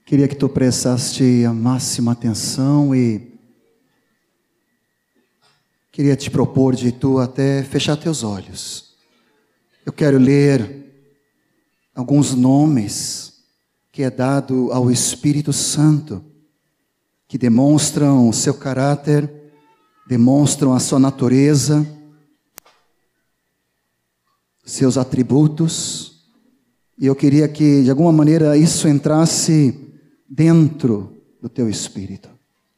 Queria que tu prestasse a máxima atenção e queria te propor de tu até fechar teus olhos. Eu quero ler alguns nomes que é dado ao Espírito Santo, que demonstram o seu caráter, demonstram a sua natureza, seus atributos. E eu queria que, de alguma maneira, isso entrasse dentro do teu espírito.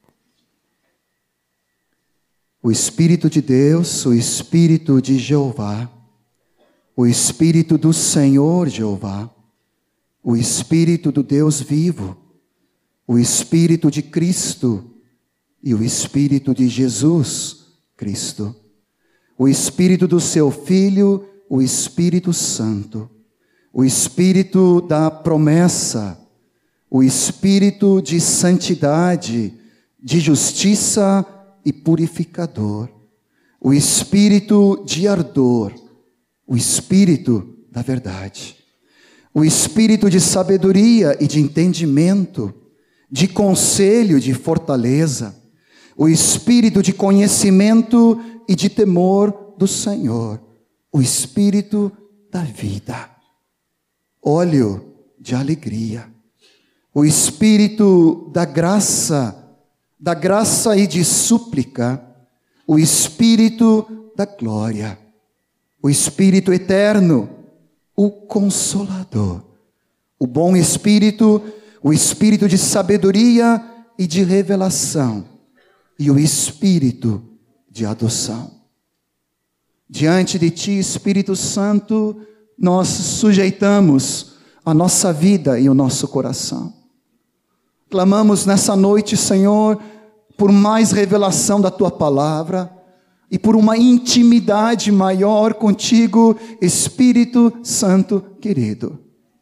O Espírito de Deus, o Espírito de Jeová, o Espírito do Senhor Jeová, o Espírito do Deus vivo, o Espírito de Cristo e o Espírito de Jesus Cristo, o Espírito do seu Filho, o Espírito Santo, o Espírito da promessa, o Espírito de santidade, de justiça e purificador, o Espírito de ardor, o Espírito da verdade, o Espírito de sabedoria e de entendimento, de conselho, de fortaleza, o Espírito de conhecimento e de temor do Senhor, o Espírito da vida, óleo de alegria, o Espírito da graça e de súplica, o Espírito da glória, o Espírito eterno, o Consolador, o bom Espírito, o Espírito de sabedoria e de revelação, e o Espírito de adoção. Diante de Ti, Espírito Santo, nós sujeitamos a nossa vida e o nosso coração. Clamamos nessa noite, Senhor, por mais revelação da Tua palavra e por uma intimidade maior contigo, Espírito Santo querido.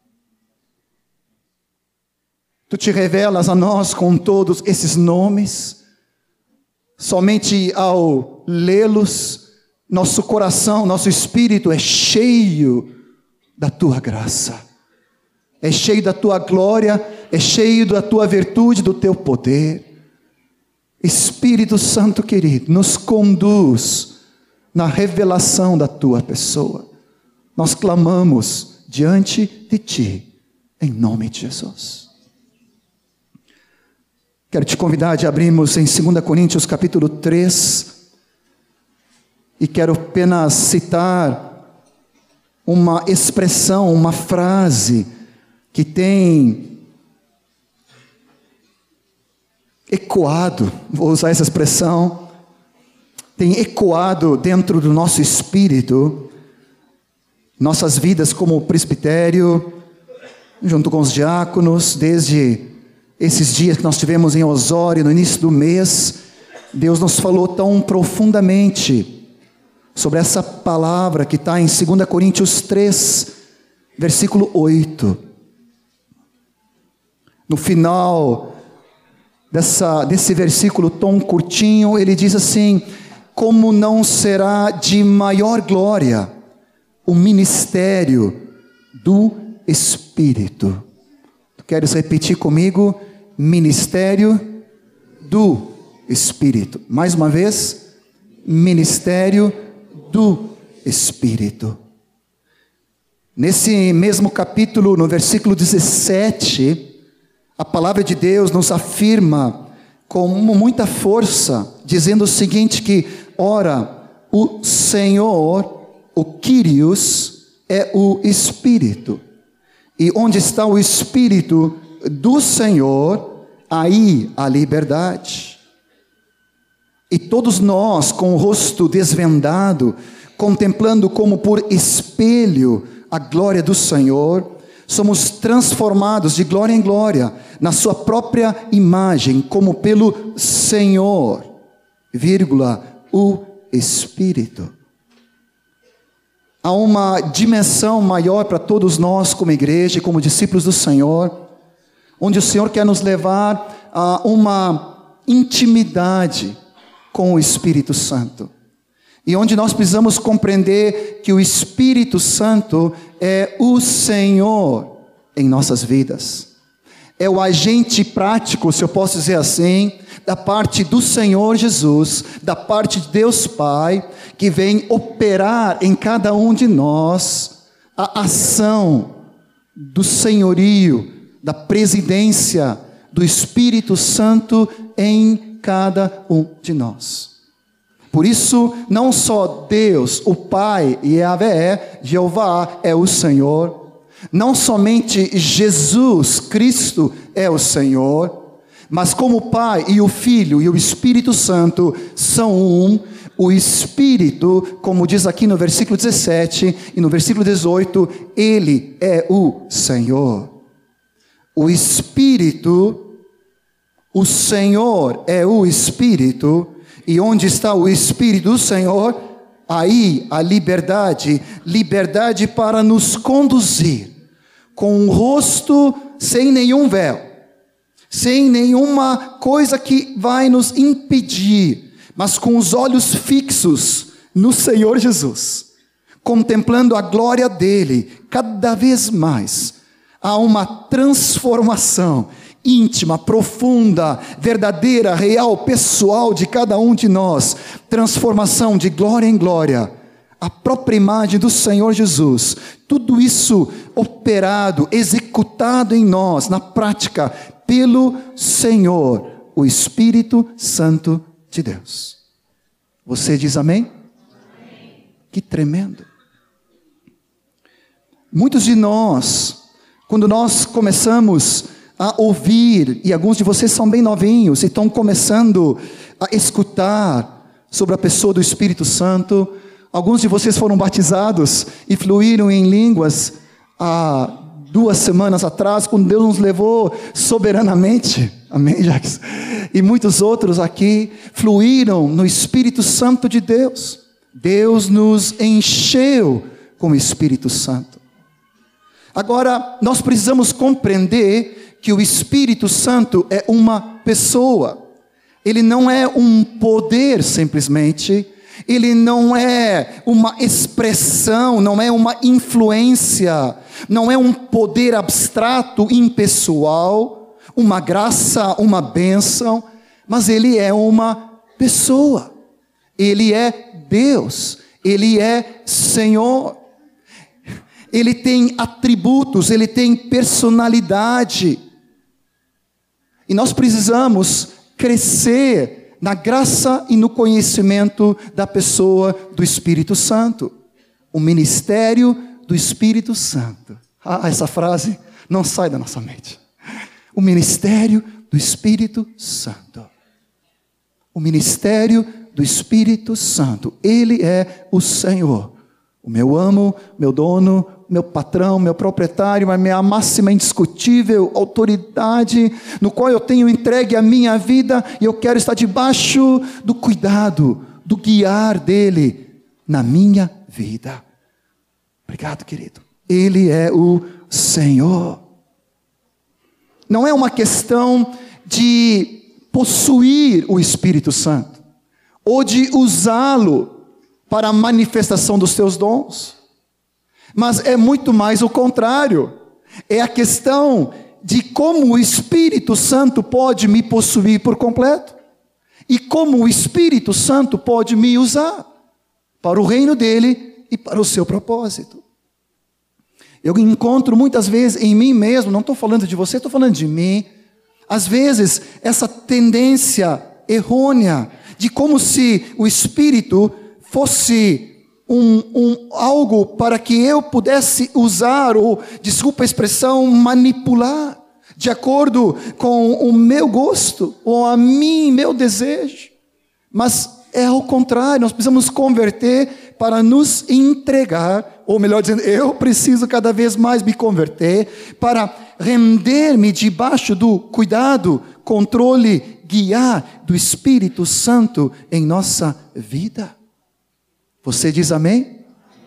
Tu te revelas a nós com todos esses nomes. Somente ao lê-los, nosso coração, nosso espírito é cheio da Tua graça, é cheio da Tua glória, é cheio da Tua virtude, do Teu poder. Espírito Santo querido, nos conduz na revelação da Tua pessoa. Nós clamamos diante de Ti, em nome de Jesus. Quero te convidar de abrirmos em 2 Coríntios capítulo 3, e quero apenas citar uma expressão, uma frase que tem ecoado, vou usar essa expressão, tem ecoado dentro do nosso espírito, nossas vidas como presbitério, junto com os diáconos, desde esses dias que nós tivemos em Osório, no início do mês. Deus nos falou tão profundamente sobre essa palavra que está em 2 Coríntios 3, versículo 8. No final desse versículo tão curtinho, ele diz assim: como não será de maior glória o ministério do Espírito? Tu queres repetir comigo? Ministério do Espírito. Mais uma vez, ministério do Espírito. Nesse mesmo capítulo, no versículo 17, a palavra de Deus nos afirma com muita força, dizendo o seguinte, que ora, o Senhor, o Kyrios, é o Espírito. E onde está o Espírito do Senhor, aí a liberdade. E todos nós, com o rosto desvendado, contemplando como por espelho a glória do Senhor, somos transformados de glória em glória, na sua própria imagem, como pelo Senhor, o Espírito. Há uma dimensão maior para todos nós como igreja, como discípulos do Senhor, onde o Senhor quer nos levar a uma intimidade com o Espírito Santo. E onde nós precisamos compreender que o Espírito Santo é o Senhor em nossas vidas. é o agente prático, se eu posso dizer assim, da parte do Senhor Jesus, da parte de Deus Pai, que vem operar em cada um de nós a ação do senhorio, da presidência do Espírito Santo em cada um de nós. Por isso, não só Deus, o Pai, Yahvé, Jeová, é o Senhor, não somente Jesus Cristo é o Senhor, mas como o Pai e o Filho e o Espírito Santo são um, o Espírito, como diz aqui no versículo 17 e no versículo 18, Ele é o Senhor. O Espírito, o Senhor é o Espírito, e onde está o Espírito do Senhor, aí a liberdade para nos conduzir, com o rosto sem nenhum véu, sem nenhuma coisa que vai nos impedir, mas com os olhos fixos no Senhor Jesus, contemplando a glória dEle, cada vez mais. Há uma transformação íntima, profunda, verdadeira, real, pessoal de cada um de nós. Transformação de glória em glória. A própria imagem do Senhor Jesus. Tudo isso operado, executado em nós, na prática, pelo Senhor, o Espírito Santo de Deus. Você diz amém? Amém. Que tremendo. Muitos de nós, quando nós começamos a ouvir, e alguns de vocês são bem novinhos e estão começando a escutar sobre a pessoa do Espírito Santo, alguns de vocês foram batizados e fluíram em línguas há 2 semanas atrás, quando Deus nos levou soberanamente, amém, Jacques? E muitos outros aqui fluíram no Espírito Santo de Deus. Deus nos encheu com o Espírito Santo. Agora, nós precisamos compreender que o Espírito Santo é uma pessoa. Ele não é um poder simplesmente, ele não é uma expressão, não é uma influência, não é um poder abstrato, impessoal, uma graça, uma bênção, mas ele é uma pessoa. Ele é Deus, ele é Senhor. Ele tem atributos, ele tem personalidade. E nós precisamos crescer na graça e no conhecimento da pessoa do Espírito Santo. O ministério do Espírito Santo. Essa frase não sai da nossa mente. O ministério do Espírito Santo. O ministério do Espírito Santo. Ele é o Senhor. O meu amo, meu dono, meu patrão, meu proprietário, a minha máxima indiscutível autoridade, no qual eu tenho entregue a minha vida, e eu quero estar debaixo do cuidado, do guiar dele na minha vida. Obrigado, querido. Ele é o Senhor. Não é uma questão de possuir o Espírito Santo, ou de usá-lo para a manifestação dos teus dons. Mas é muito mais o contrário. É a questão de como o Espírito Santo pode me possuir por completo. E como o Espírito Santo pode me usar para o reino dele e para o seu propósito. Eu encontro muitas vezes em mim mesmo, não estou falando de você, estou falando de mim, às vezes essa tendência errônea de como se o Espírito fosse algo para que eu pudesse usar, ou, desculpa a expressão, manipular, de acordo com o meu gosto, ou a mim, meu desejo. Mas é ao contrário, nós precisamos converter para nos entregar, ou melhor dizendo, eu preciso cada vez mais me converter, para render-me debaixo do cuidado, controle, guiar do Espírito Santo em nossa vida. Você diz amém?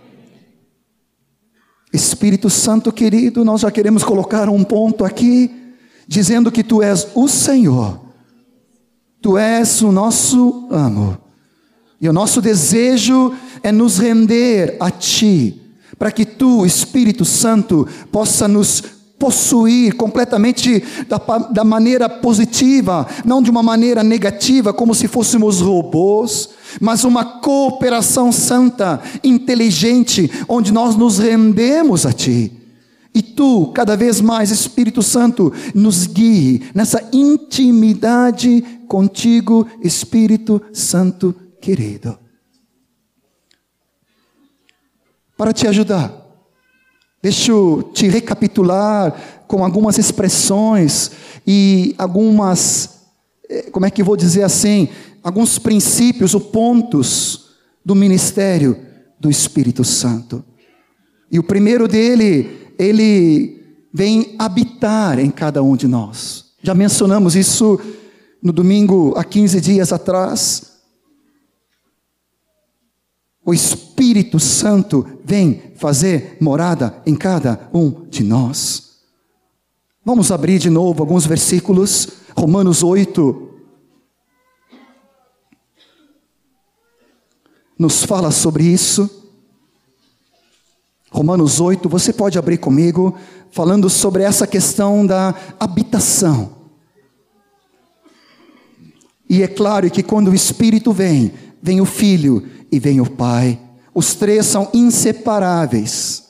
Espírito Santo querido, nós já queremos colocar um ponto aqui, dizendo que Tu és o Senhor, Tu és o nosso amo, e o nosso desejo é nos render a Ti, para que Tu, Espírito Santo, possa nos possuir completamente da maneira positiva, não de uma maneira negativa, como se fôssemos robôs, mas uma cooperação santa, inteligente, onde nós nos rendemos a Ti. E Tu, cada vez mais, Espírito Santo, nos guie nessa intimidade contigo, Espírito Santo querido. Para te ajudar, deixa eu te recapitular com algumas expressões e algumas, como é que eu vou dizer assim, alguns princípios ou pontos do ministério do Espírito Santo. E o primeiro dele, ele vem habitar em cada um de nós. Já mencionamos isso no domingo, há 15 dias atrás. O Espírito Santo vem fazer morada em cada um de nós. Vamos abrir de novo alguns versículos. Romanos 8 nos fala sobre isso. Romanos 8, você pode abrir comigo, falando sobre essa questão da habitação. E é claro que quando o Espírito vem, vem o Filho e vem o Pai. Os três são inseparáveis.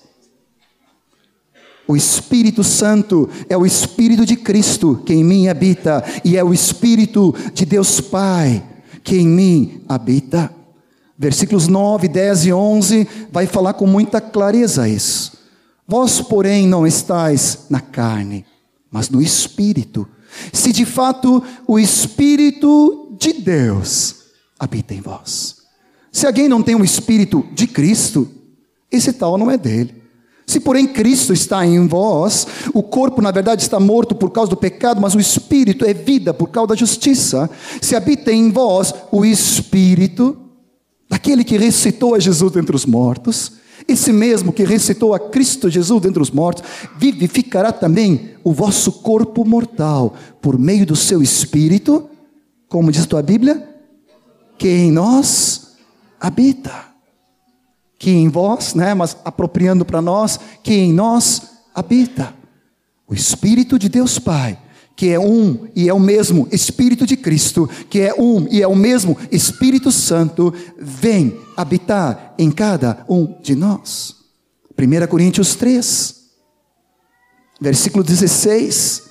O Espírito Santo é o Espírito de Cristo que em mim habita, e é o Espírito de Deus Pai que em mim habita. Versículos 9, 10 e 11 vai falar com muita clareza isso. Vós, porém, não estáis na carne, mas no Espírito. Se de fato o Espírito de Deus habita em vós. Se alguém não tem o Espírito de Cristo, esse tal não é dele. Se porém Cristo está em vós, o corpo na verdade está morto por causa do pecado, mas o Espírito é vida por causa da justiça. Se habita em vós o Espírito daquele que ressuscitou a Jesus dentre os mortos, esse mesmo que ressuscitou a Cristo Jesus dentre os mortos, vivificará também o vosso corpo mortal, por meio do seu Espírito, como diz a tua Bíblia, que em nós habita. Que em vós, mas apropriando para nós, que em nós habita. O Espírito de Deus Pai, que é um e é o mesmo Espírito de Cristo, que é um e é o mesmo Espírito Santo, vem habitar em cada um de nós. 1 Coríntios 3, versículo 16,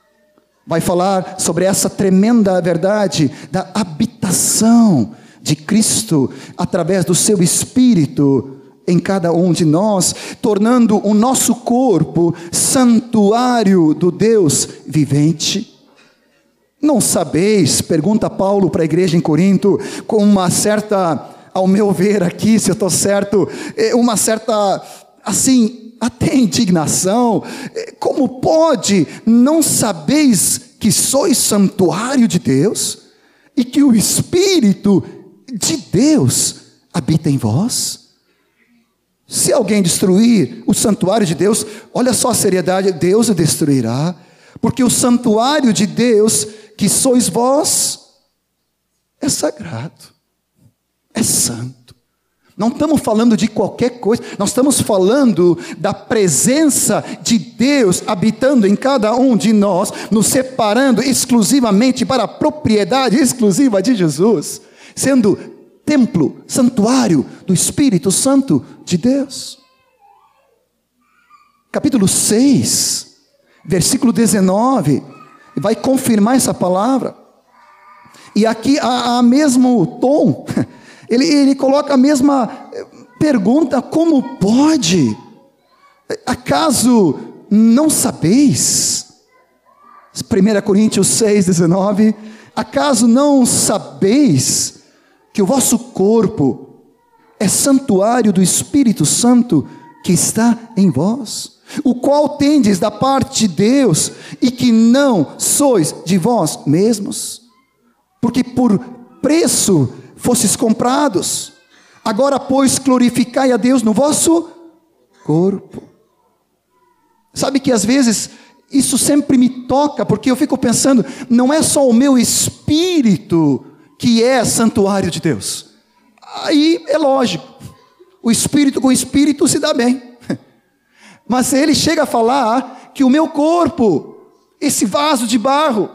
vai falar sobre essa tremenda verdade da habitação de Cristo através do seu Espírito em cada um de nós, tornando o nosso corpo santuário do Deus vivente. Não sabeis, pergunta Paulo para a igreja em Corinto, com uma certa, ao meu ver aqui, se eu estou certo, uma certa, assim, até indignação, como pode, não sabeis que sois santuário de Deus, e que o Espírito de Deus habita em vós? Se alguém destruir o santuário de Deus, olha só a seriedade, Deus o destruirá, porque o santuário de Deus, que sois vós, é sagrado, é santo. Não estamos falando de qualquer coisa, nós estamos falando da presença de Deus habitando em cada um de nós, nos separando exclusivamente para a propriedade exclusiva de Jesus, sendo templo, santuário do Espírito Santo de Deus. Capítulo 6, versículo 19, vai confirmar essa palavra. E aqui há mesmo tom, ele coloca a mesma pergunta: como pode? Acaso não sabeis? 1 Coríntios 6, 19, acaso não sabeis que o vosso corpo é santuário do Espírito Santo que está em vós, o qual tendes da parte de Deus, e que não sois de vós mesmos, porque por preço fostes comprados. Agora, pois, glorificai a Deus no vosso corpo. Sabe que às vezes isso sempre me toca, porque eu fico pensando, não é só o meu espírito que é santuário de Deus. Aí é lógico, o espírito com o espírito se dá bem. Mas ele chega a falar que o meu corpo, esse vaso de barro,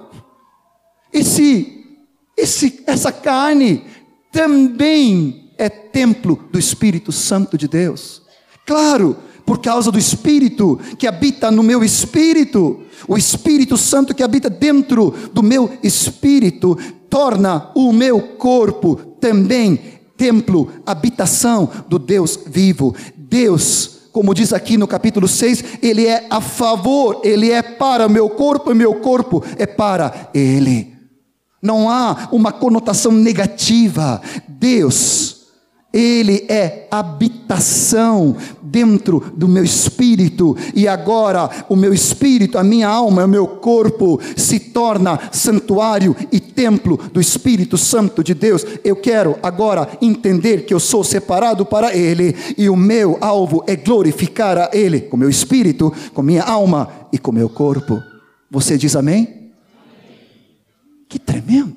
essa carne, também é templo do Espírito Santo de Deus. Claro, por causa do Espírito que habita no meu espírito, o Espírito Santo que habita dentro do meu espírito, torna o meu corpo também templo, habitação do Deus vivo. Deus, como diz aqui no capítulo 6, Ele é a favor, Ele é para o meu corpo e meu corpo é para Ele. Não há uma conotação negativa. Deus, Ele é habitação dentro do meu espírito, e agora o meu espírito, a minha alma, o meu corpo se torna santuário e templo do Espírito Santo de Deus. Eu quero agora entender que eu sou separado para Ele, e o meu alvo é glorificar a Ele, com meu espírito, com minha alma e com meu corpo. Você diz amém? Que tremendo!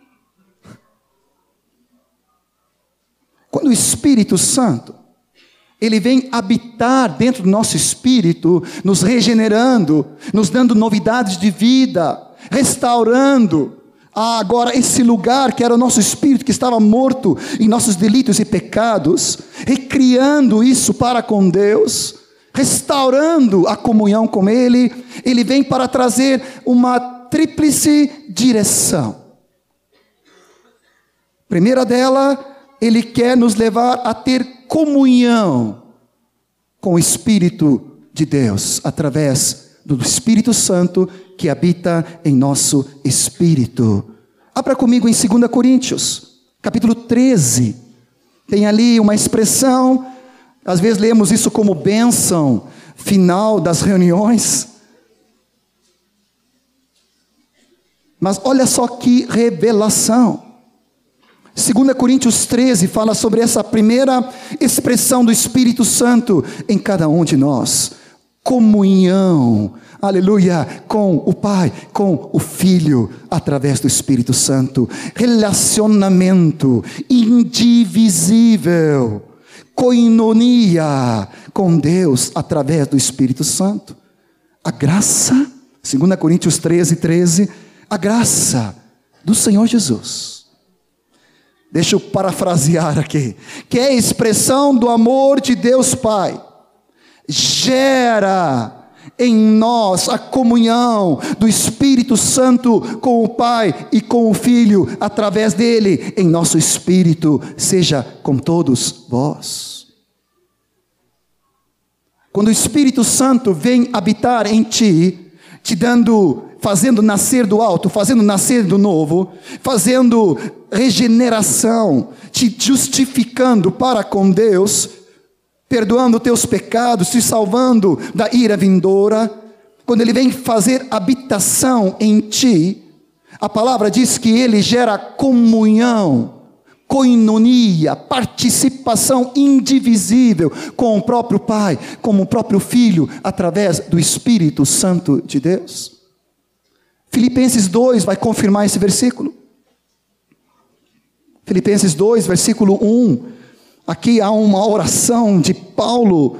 Quando o Espírito Santo, Ele vem habitar dentro do nosso espírito, nos regenerando, nos dando novidades de vida, restaurando, agora esse lugar que era o nosso espírito, que estava morto em nossos delitos e pecados, recriando isso para com Deus, restaurando a comunhão com Ele. Ele vem para trazer uma tríplice direção. Primeira dela, Ele quer nos levar a ter comunhão com o Espírito de Deus, através do Espírito Santo que habita em nosso espírito. Abra comigo em 2 Coríntios, capítulo 13. Tem ali uma expressão, às vezes lemos isso como bênção final das reuniões. Mas olha só que revelação. 2 Coríntios 13 fala sobre essa primeira expressão do Espírito Santo em cada um de nós. Comunhão, aleluia, com o Pai, com o Filho, através do Espírito Santo. Relacionamento indivisível, koinonia com Deus, através do Espírito Santo. A graça, 2 Coríntios 13, a graça do Senhor Jesus. Deixa eu parafrasear aqui, que é a expressão do amor de Deus Pai, gera em nós a comunhão do Espírito Santo com o Pai e com o Filho, através dele, em nosso espírito, seja com todos vós. Quando o Espírito Santo vem habitar em ti, te dando, fazendo nascer do alto, fazendo nascer do novo, fazendo regeneração, te justificando para com Deus, perdoando teus pecados, te salvando da ira vindoura. Quando Ele vem fazer habitação em ti, a palavra diz que Ele gera comunhão, koinonia, participação indivisível com o próprio Pai, com o próprio Filho, através do Espírito Santo de Deus. Filipenses 2 vai confirmar esse versículo. Filipenses 2, versículo 1. Aqui há uma oração de Paulo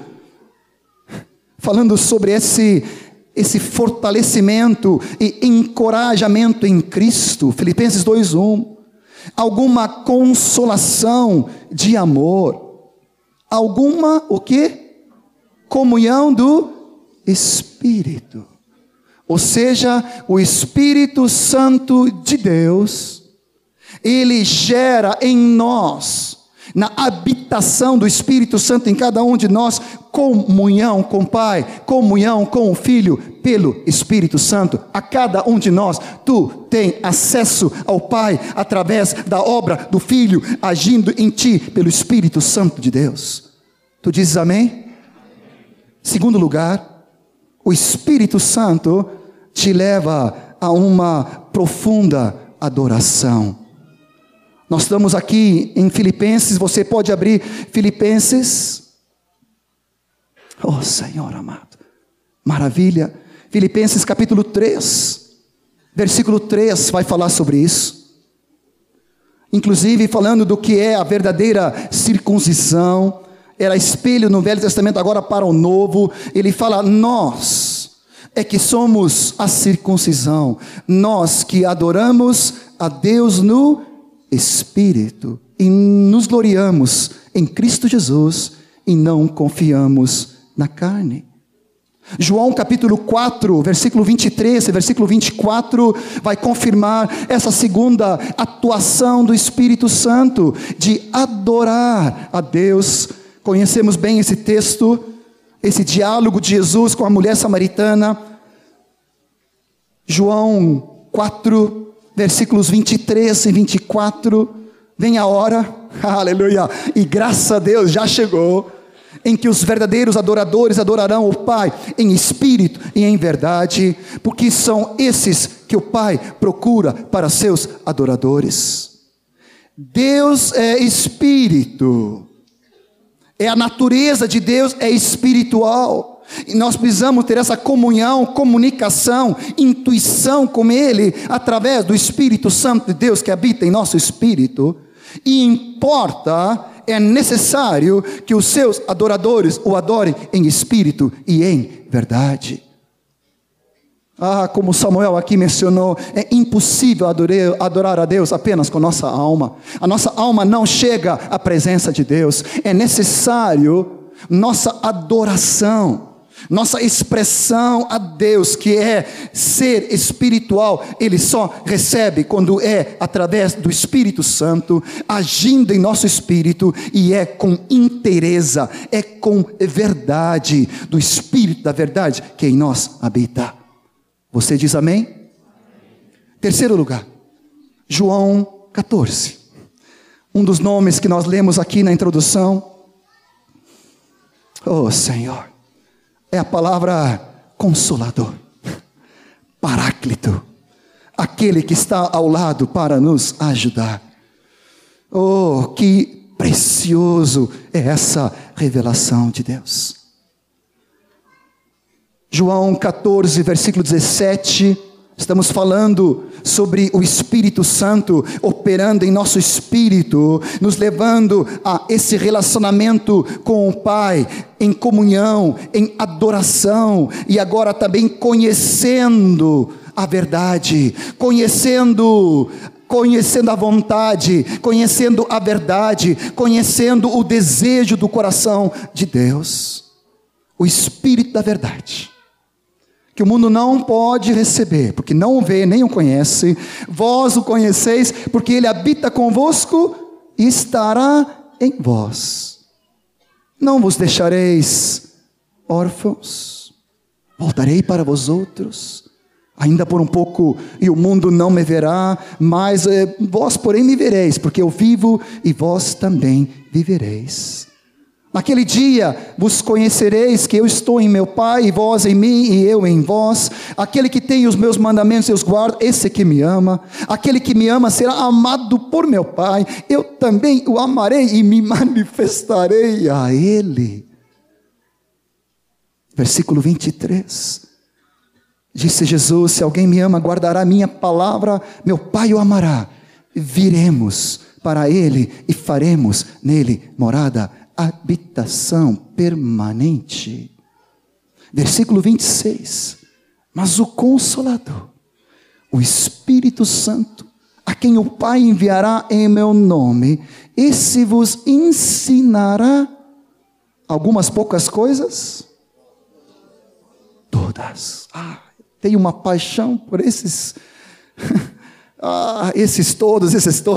falando sobre esse fortalecimento e encorajamento em Cristo. Filipenses 2:1. Alguma consolação de amor. Alguma, o quê? Comunhão do Espírito. Ou seja, o Espírito Santo de Deus, Ele gera em nós, na habitação do Espírito Santo em cada um de nós, comunhão com o Pai, comunhão com o Filho, pelo Espírito Santo. A cada um de nós, tu tem acesso ao Pai, através da obra do Filho, agindo em ti, pelo Espírito Santo de Deus. Tu dizes amém? Segundo lugar, o Espírito Santo te leva a uma profunda adoração. Nós estamos aqui em Filipenses, você pode abrir Filipenses. Oh Senhor amado, maravilha. Filipenses capítulo 3, versículo 3 vai falar sobre isso. Inclusive falando do que é a verdadeira circuncisão. Era espelho no Velho Testamento, agora para o Novo. Ele fala, nós, é que somos a circuncisão, nós que adoramos a Deus no Espírito e nos gloriamos em Cristo Jesus e não confiamos na carne. João capítulo 4, versículo 23 e versículo 24 vai confirmar essa segunda atuação do Espírito Santo de adorar a Deus. Conhecemos bem esse texto, esse diálogo de Jesus com a mulher samaritana. João 4, versículos 23 e 24, vem a hora, aleluia, e graças a Deus já chegou, em que os verdadeiros adoradores adorarão o Pai em espírito e em verdade, porque são esses que o Pai procura para seus adoradores. Deus é espírito, a natureza de Deus é espiritual, e nós precisamos ter essa comunhão, comunicação, intuição com Ele, através do Espírito Santo de Deus que habita em nosso espírito, e é necessário que os seus adoradores o adorem em espírito e em verdade. Como Samuel aqui mencionou, é impossível adorar a Deus apenas com nossa alma. A nossa alma não chega à presença de Deus. É necessário nossa adoração, nossa expressão a Deus, que é ser espiritual. Ele só recebe quando é através do Espírito Santo, agindo em nosso espírito, e é com inteireza, é com verdade, do Espírito da verdade que em nós habita. Você diz amém? Terceiro lugar, João 14. Um dos nomes que nós lemos aqui na introdução. Oh Senhor, é a palavra Consolador, Paráclito, aquele que está ao lado para nos ajudar. Oh, que precioso é essa revelação de Deus. João 14, versículo 17, estamos falando sobre o Espírito Santo operando em nosso espírito, nos levando a esse relacionamento com o Pai, em comunhão, em adoração, e agora também conhecendo a verdade, conhecendo a vontade, conhecendo a verdade, conhecendo o desejo do coração de Deus, o Espírito da verdade, que o mundo não pode receber, porque não o vê, nem o conhece. Vós o conheceis, porque ele habita convosco e estará em vós. Não vos deixareis órfãos, voltarei para vós outros, ainda por um pouco, e o mundo não me verá, mas vós porém me vereis, porque eu vivo e vós também vivereis. Naquele dia vos conhecereis que eu estou em meu Pai, e vós em mim, e eu em vós. Aquele que tem os meus mandamentos e os guarda, esse que me ama. Aquele que me ama será amado por meu Pai. Eu também o amarei e me manifestarei a ele. Versículo 23. Disse Jesus: se alguém me ama, guardará a minha palavra, meu Pai o amará. Viremos para ele e faremos nele morada, habitação permanente. Versículo 26. Mas o Consolador, o Espírito Santo, a quem o Pai enviará em meu nome, esse vos ensinará algumas poucas coisas, todas. Tenho uma paixão por esses esses todas.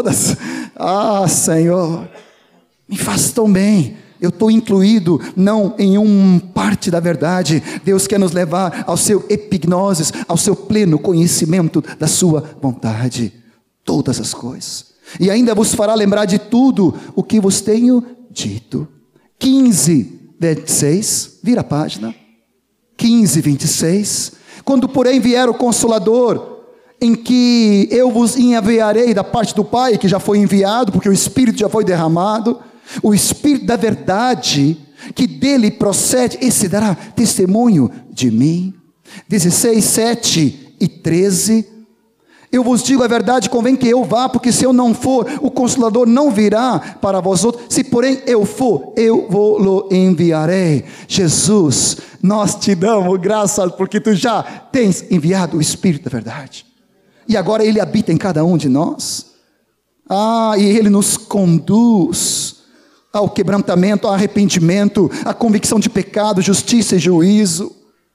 Senhor, me faz tão bem. Eu estou incluído, não em uma parte da verdade. Deus quer nos levar ao seu epignosis, ao seu pleno conhecimento da sua vontade. Todas as coisas. E ainda vos fará lembrar de tudo o que vos tenho dito. 15, 26, vira a página. 15, 26. Quando porém vier o Consolador, em que eu vos enviarei da parte do Pai, que já foi enviado, porque o Espírito já foi derramado, o Espírito da verdade, que dele procede, esse dará testemunho de mim. 16, 7 e 13. Eu vos digo a verdade, convém que eu vá, porque se eu não for, o Consolador não virá para vós outros. Se porém eu for, eu vou-lo enviarei. Jesus, nós te damos graças, porque tu já tens enviado o Espírito da verdade. E agora Ele habita em cada um de nós. E Ele nos conduz ao quebrantamento, ao arrependimento, à convicção de pecado, justiça e juízo.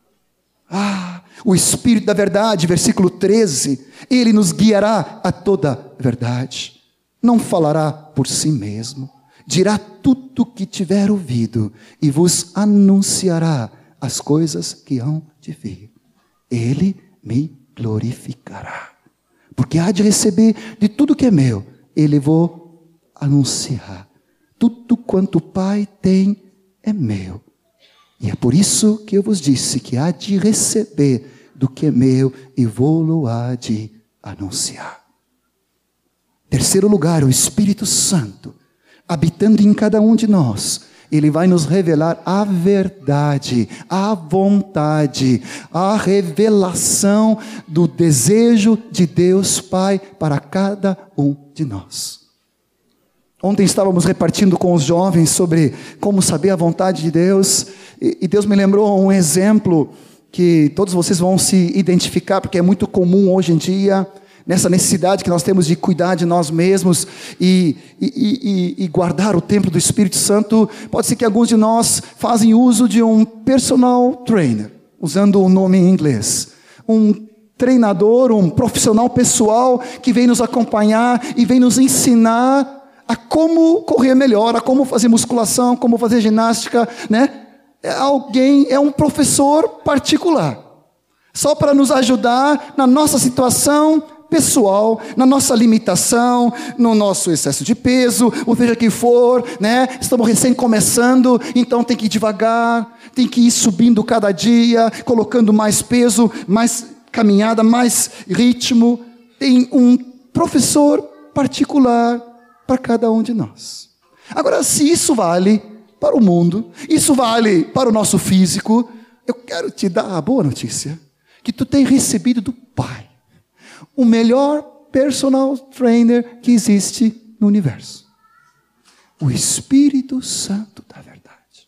O Espírito da verdade, versículo 13, Ele nos guiará a toda verdade. Não falará por si mesmo, dirá tudo o que tiver ouvido e vos anunciará as coisas que hão de vir. Ele me glorificará, porque há de receber de tudo que é meu, Ele vou anunciar. Tudo quanto o Pai tem é meu. E é por isso que eu vos disse que há de receber do que é meu e vou-lo há de anunciar. Terceiro lugar, o Espírito Santo, habitando em cada um de nós, Ele vai nos revelar a verdade, a vontade, a revelação do desejo de Deus Pai para cada um de nós. Ontem estávamos repartindo com os jovens sobre como saber a vontade de Deus, e Deus me lembrou um exemplo que todos vocês vão se identificar, porque é muito comum hoje em dia, nessa necessidade que nós temos de cuidar de nós mesmos e guardar o templo do Espírito Santo. Pode ser que alguns de nós fazem uso de um personal trainer, usando o nome em inglês, um treinador, um profissional pessoal que vem nos acompanhar e vem nos ensinar a como correr melhor, a como fazer musculação, como fazer ginástica, né? É um professor particular, só para nos ajudar na nossa situação pessoal, na nossa limitação, no nosso excesso de peso, ou seja que for, né? Estamos recém começando, então tem que ir devagar, tem que ir subindo cada dia, colocando mais peso, mais caminhada, mais ritmo. Tem um professor particular para cada um de nós. Agora, se isso vale para o mundo, isso vale para o nosso físico, eu quero te dar a boa notícia, que tu tem recebido do Pai o melhor personal trainer que existe no universo, o Espírito Santo da verdade,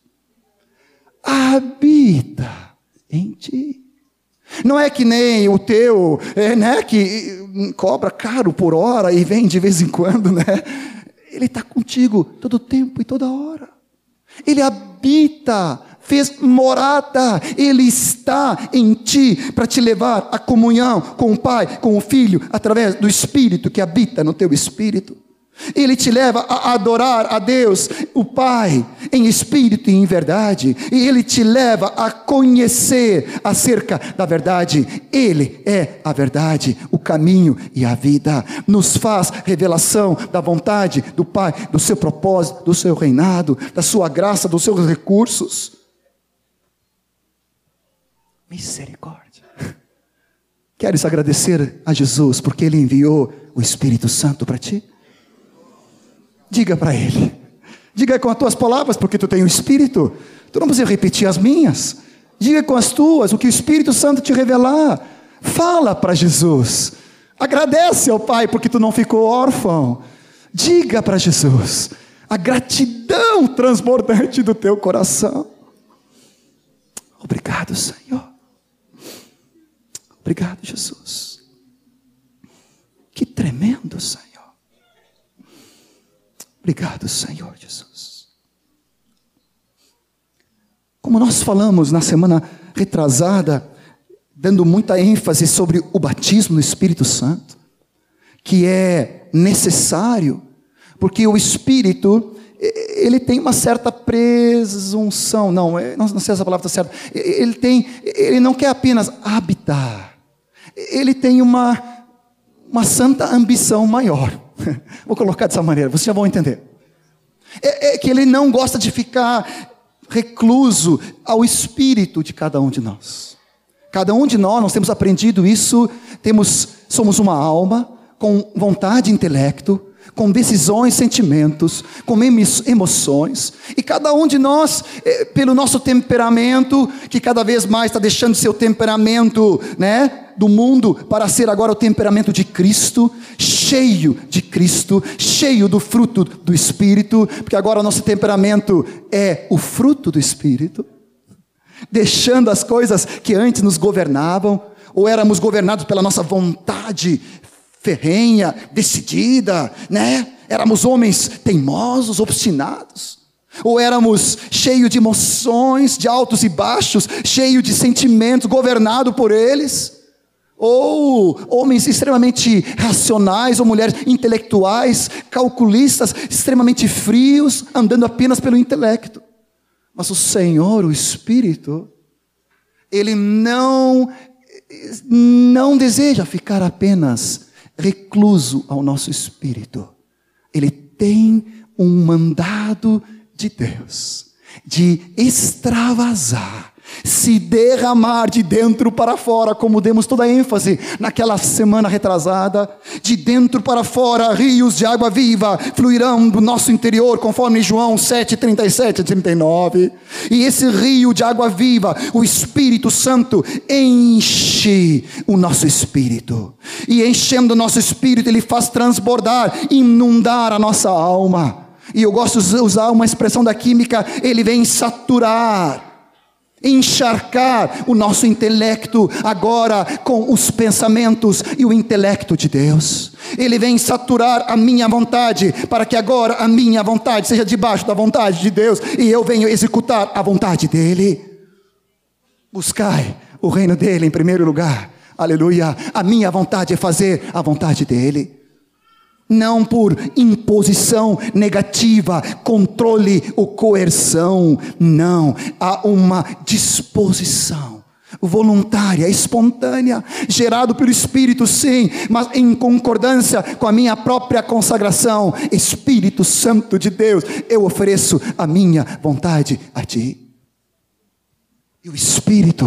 habita em ti. Não é que nem o teu, né, que cobra caro por hora e vem de vez em quando, né? Ele está contigo todo tempo e toda hora. Ele habita, fez morada, Ele está em ti para te levar à comunhão com o Pai, com o Filho, através do Espírito que habita no teu espírito. Ele te leva a adorar a Deus, o Pai, em espírito e em verdade. E Ele te leva a conhecer acerca da verdade. Ele é a verdade, o caminho e a vida. Nos faz revelação da vontade do Pai, do seu propósito, do seu reinado, da sua graça, dos seus recursos. Misericórdia. Queres agradecer a Jesus porque Ele enviou o Espírito Santo para ti? Diga para Ele, diga com as tuas palavras, porque tu tens o Espírito, tu não precisa repetir as minhas, diga com as tuas, o que o Espírito Santo te revelar, fala para Jesus, agradece ao Pai, porque tu não ficou órfão, diga para Jesus, a gratidão transbordante do teu coração. Obrigado, Senhor, obrigado, Jesus, que tremendo, Senhor. Obrigado, Senhor Jesus. Como nós falamos na semana retrasada, dando muita ênfase sobre o batismo no Espírito Santo, que é necessário, porque o Espírito, ele tem uma certa presunção, não sei se essa palavra está certa, ele não quer apenas habitar, ele tem uma santa ambição maior. Vou colocar dessa maneira, vocês já vão entender. É que Ele não gosta de ficar recluso ao espírito de cada um de nós. Cada um de nós temos aprendido isso, somos uma alma com vontade e intelecto, com decisões, sentimentos, com emoções. E cada um de nós, pelo nosso temperamento, que cada vez mais está deixando seu temperamento, né, do mundo, para ser agora o temperamento de Cristo, cheio de Cristo, cheio do fruto do Espírito, porque agora o nosso temperamento é o fruto do Espírito, deixando as coisas que antes nos governavam, ou éramos governados pela nossa vontade ferrenha, decidida, né? Éramos homens teimosos, obstinados, ou éramos cheios de emoções, de altos e baixos, cheios de sentimentos, governados por eles, ou homens extremamente racionais, ou mulheres intelectuais, calculistas, extremamente frios, andando apenas pelo intelecto. Mas o Senhor, o Espírito, Ele não deseja ficar apenas recluso ao nosso espírito. Ele tem um mandado de Deus de extravasar, se derramar de dentro para fora, como demos toda a ênfase naquela semana retrasada. De dentro para fora, rios de água viva fluirão do nosso interior, conforme João 7, 37 e 39. E esse rio de água viva, o Espírito Santo, enche o nosso espírito. E enchendo o nosso espírito, Ele faz transbordar, inundar a nossa alma. E eu gosto de usar uma expressão da química: Ele vem saturar, encharcar o nosso intelecto agora com os pensamentos e o intelecto de Deus. Ele vem saturar a minha vontade, para que agora a minha vontade seja debaixo da vontade de Deus, e eu venho executar a vontade dEle. Buscai o reino dEle em primeiro lugar, aleluia. A minha vontade é fazer a vontade dEle, não por imposição negativa, controle ou coerção. Não, há uma disposição voluntária, espontânea, gerado pelo Espírito, sim, mas em concordância com a minha própria consagração. Espírito Santo de Deus, eu ofereço a minha vontade a Ti. E o Espírito,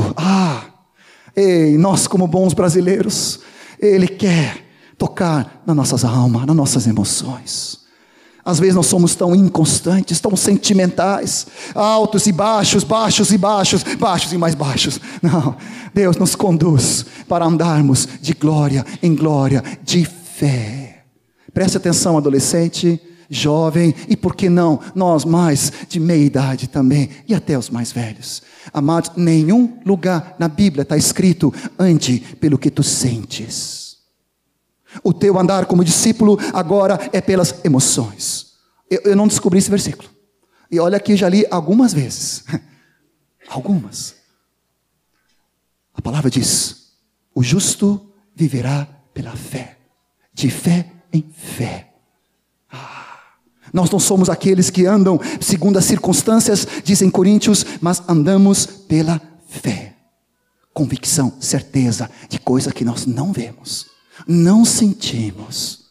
nós como bons brasileiros, Ele quer tocar nas nossas almas, nas nossas emoções. Às vezes nós somos tão inconstantes, tão sentimentais, altos e baixos, baixos e baixos, baixos e mais baixos. Não, Deus nos conduz para andarmos de glória em glória, de fé. Preste atenção, adolescente, jovem, e por que não, nós mais de meia idade também, e até os mais velhos. Amados, nenhum lugar na Bíblia está escrito: ande pelo que tu sentes. O teu andar como discípulo agora é pelas emoções. Eu não descobri esse versículo. E olha que já li algumas vezes. Algumas. A palavra diz: o justo viverá pela fé. De fé em fé. Nós não somos aqueles que andam segundo as circunstâncias, dizem Coríntios, mas andamos pela fé. Convicção, certeza de coisa que nós não vemos, não sentimos.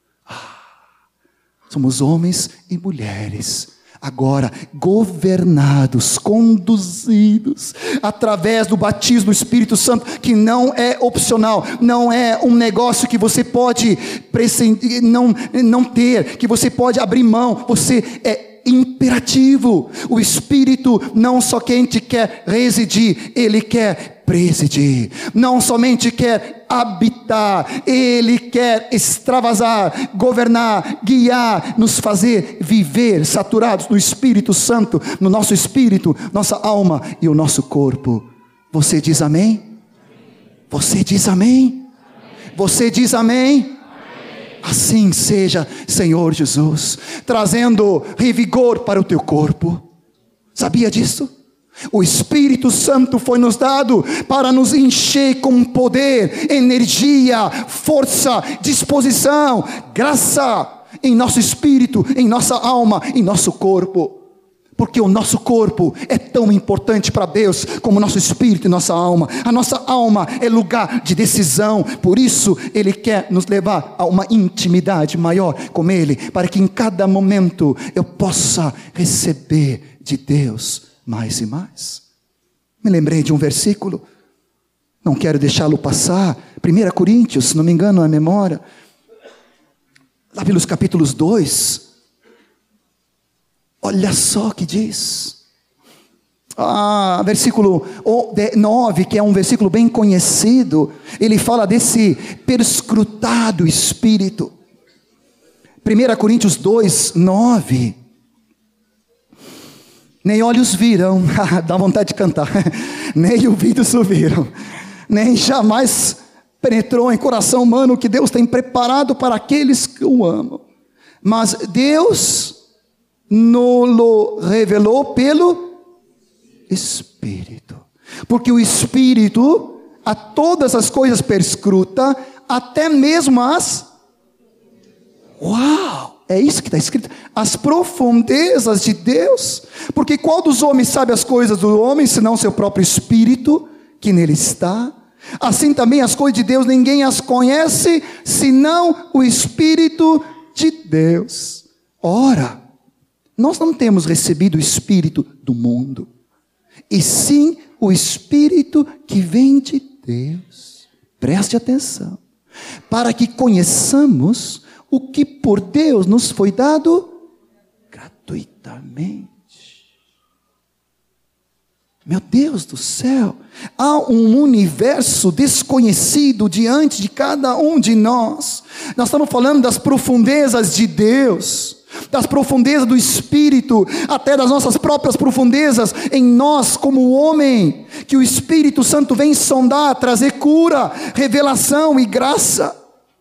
Somos homens e mulheres agora governados, conduzidos através do batismo do Espírito Santo, que não é opcional, não é um negócio que você pode prescindir, não ter, que você pode abrir mão. Você é imperativo. O Espírito não somente quer residir, Ele quer presidir. Não somente quer habitar, Ele quer extravasar, governar, guiar, nos fazer viver saturados do Espírito Santo, no nosso espírito, nossa alma e o nosso corpo. Você diz amém? Você diz amém? Você diz amém? Assim seja, Senhor Jesus, trazendo revigor para o teu corpo. Sabia disso? O Espírito Santo foi nos dado para nos encher com poder, energia, força, disposição, graça em nosso espírito, em nossa alma, em nosso corpo. Porque o nosso corpo é tão importante para Deus como o nosso espírito e nossa alma. A nossa alma é lugar de decisão. Por isso Ele quer nos levar a uma intimidade maior com Ele, para que em cada momento eu possa receber de Deus mais e mais. Me lembrei de um versículo, não quero deixá-lo passar. 1 Coríntios, se não me engano a memória, lá pelos capítulos 2, olha só o que diz. Versículo 9, que é um versículo bem conhecido, ele fala desse perscrutado espírito. 1 Coríntios 2, 9. Nem olhos viram, dá vontade de cantar, nem ouvidos ouviram, nem jamais penetrou em coração humano o que Deus tem preparado para aqueles que o amam. Mas Deus nos revelou pelo Espírito, porque o Espírito a todas as coisas perscruta, até mesmo as... Uau! É isso que está escrito, as profundezas de Deus, porque qual dos homens sabe as coisas do homem, senão seu próprio Espírito, que nele está? Assim também as coisas de Deus, ninguém as conhece, senão o Espírito de Deus. Ora, nós não temos recebido o Espírito do mundo, e sim o Espírito que vem de Deus. Preste atenção, para que conheçamos o que por Deus nos foi dado gratuitamente. Meu Deus do céu, há um universo desconhecido diante de cada um de nós. Nós estamos falando das profundezas de Deus, das profundezas do Espírito, até das nossas próprias profundezas em nós como homem, que o Espírito Santo vem sondar, trazer cura, revelação e graça.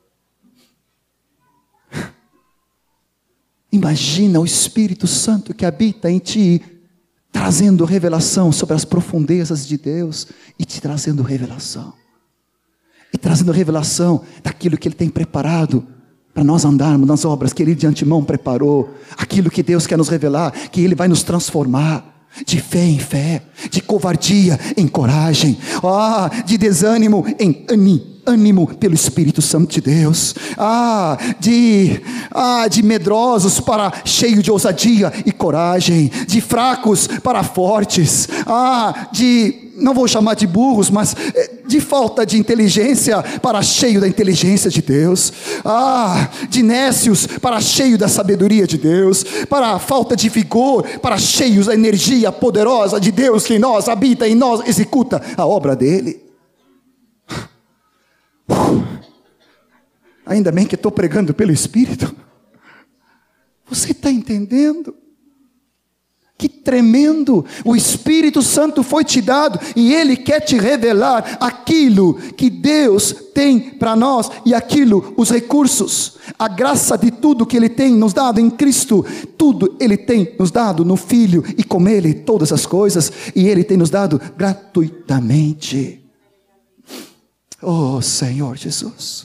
Imagina o Espírito Santo que habita em ti, trazendo revelação sobre as profundezas de Deus, e te trazendo revelação, e trazendo revelação daquilo que Ele tem preparado, para nós andarmos nas obras que Ele de antemão preparou, aquilo que Deus quer nos revelar, que Ele vai nos transformar, de fé em fé, de covardia em coragem, de desânimo em ânimo pelo Espírito Santo de Deus, de medrosos para cheio de ousadia e coragem, de fracos para fortes, não vou chamar de burros, mas de falta de inteligência para cheio da inteligência de Deus, de nécios para cheio da sabedoria de Deus, para falta de vigor para cheios da energia poderosa de Deus que em nós habita, em nós executa a obra dele. Ainda bem que estou pregando pelo Espírito. Você está entendendo? Que tremendo! O Espírito Santo foi te dado e Ele quer te revelar aquilo que Deus tem para nós, e aquilo, os recursos, a graça de tudo que Ele tem nos dado em Cristo, tudo Ele tem nos dado no Filho, e com Ele todas as coisas, e Ele tem nos dado gratuitamente. Oh Senhor Jesus!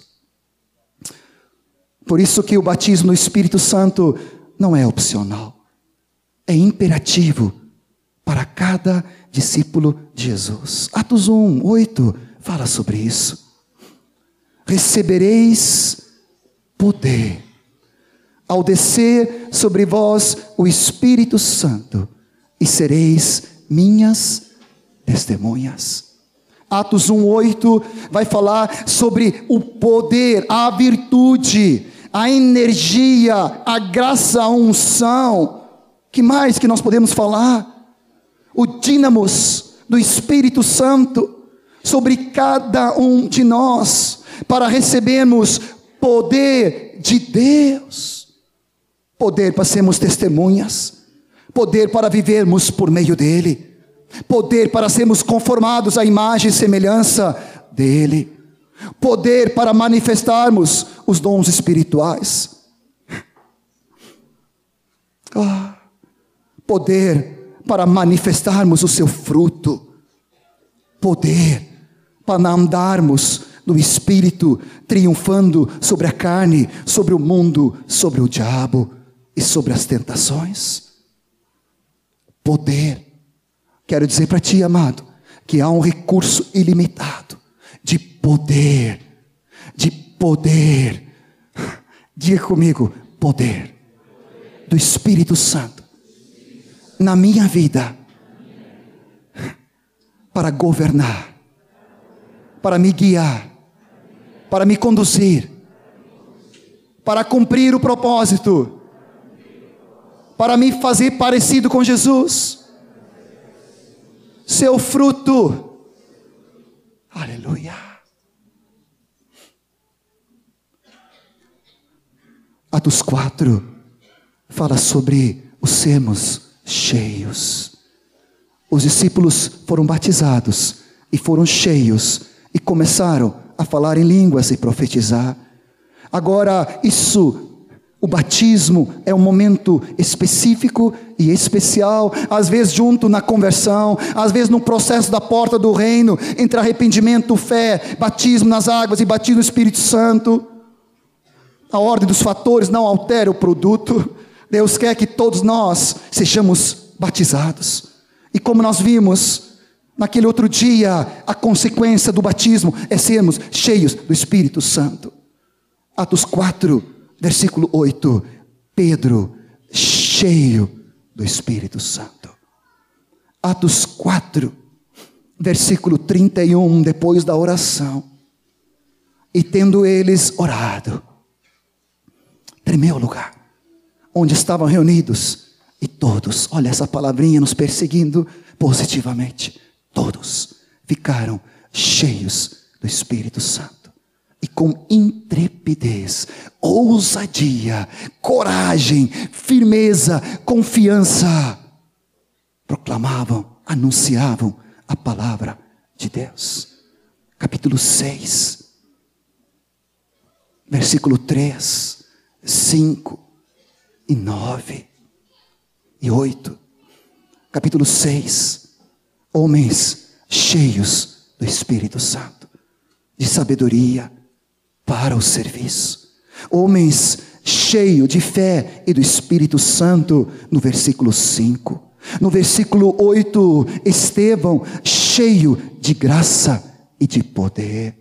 Por isso que o batismo no Espírito Santo não é opcional, é imperativo para cada discípulo de Jesus. Atos 1, 8 fala sobre isso. Recebereis poder ao descer sobre vós o Espírito Santo, e sereis minhas testemunhas. Atos 1, 8 vai falar sobre o poder, a virtude, a energia, a graça, a unção. Que mais que nós podemos falar? O dínamos do Espírito Santo sobre cada um de nós, para recebermos poder de Deus, poder para sermos testemunhas, poder para vivermos por meio dEle, poder para sermos conformados à imagem e semelhança dEle, poder para manifestarmos os dons espirituais, poder para manifestarmos o seu fruto, poder para andarmos no Espírito, triunfando sobre a carne, sobre o mundo, sobre o diabo e sobre as tentações. Poder. Quero dizer para ti, amado, que há um recurso ilimitado de poder, diga comigo, poder do Espírito Santo na minha vida, para governar, para me guiar, para me conduzir, para cumprir o propósito, para me fazer parecido com Jesus. Seu fruto. Aleluia. Atos 4 fala sobre os sermos cheios. Os discípulos foram batizados e foram cheios e começaram a falar em línguas e profetizar. Agora, o batismo é um momento específico e especial, às vezes junto na conversão, às vezes no processo da porta do reino, entre arrependimento, fé, batismo nas águas e batismo no Espírito Santo. A ordem dos fatores não altera o produto. Deus quer que todos nós sejamos batizados. E como nós vimos naquele outro dia, a consequência do batismo é sermos cheios do Espírito Santo. Atos 4, versículo 8. Pedro, cheio do Espírito Santo. Atos 4, versículo 31, depois da oração. E tendo eles orado, tremeu o lugar onde estavam reunidos, e todos, olha essa palavrinha nos perseguindo positivamente, todos ficaram cheios do Espírito Santo, e com intrepidez, ousadia, coragem, firmeza, confiança, proclamavam, anunciavam a palavra de Deus. Capítulo 6, versículo 3, 5 e 9 e 8. Capítulo 6. Homens cheios do Espírito Santo, de sabedoria para o serviço. Homens cheios de fé e do Espírito Santo, no versículo 5. No versículo 8, Estevão, cheio de graça e de poder.